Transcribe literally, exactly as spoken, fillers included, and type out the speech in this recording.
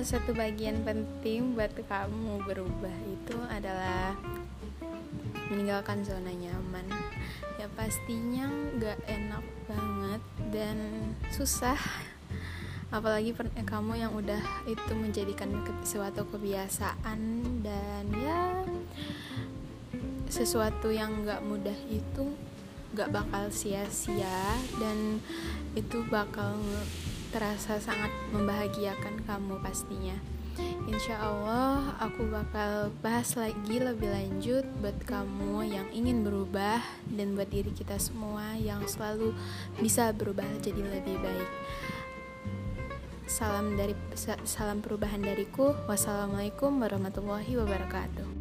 salah satu bagian penting buat kamu berubah itu adalah meninggalkan zona nyaman. Ya pastinya gak enak banget dan susah, apalagi per- kamu yang udah itu menjadikan ke- suatu kebiasaan. Dan ya sesuatu yang gak mudah itu gak bakal sia-sia, dan itu bakal terasa sangat membahagiakan kamu pastinya. Insya Allah aku bakal bahas lagi lebih lanjut buat kamu yang ingin berubah, dan buat diri kita semua yang selalu bisa berubah jadi lebih baik. Salam dari salam perubahan dariku. Wassalamualaikum warahmatullahi wabarakatuh.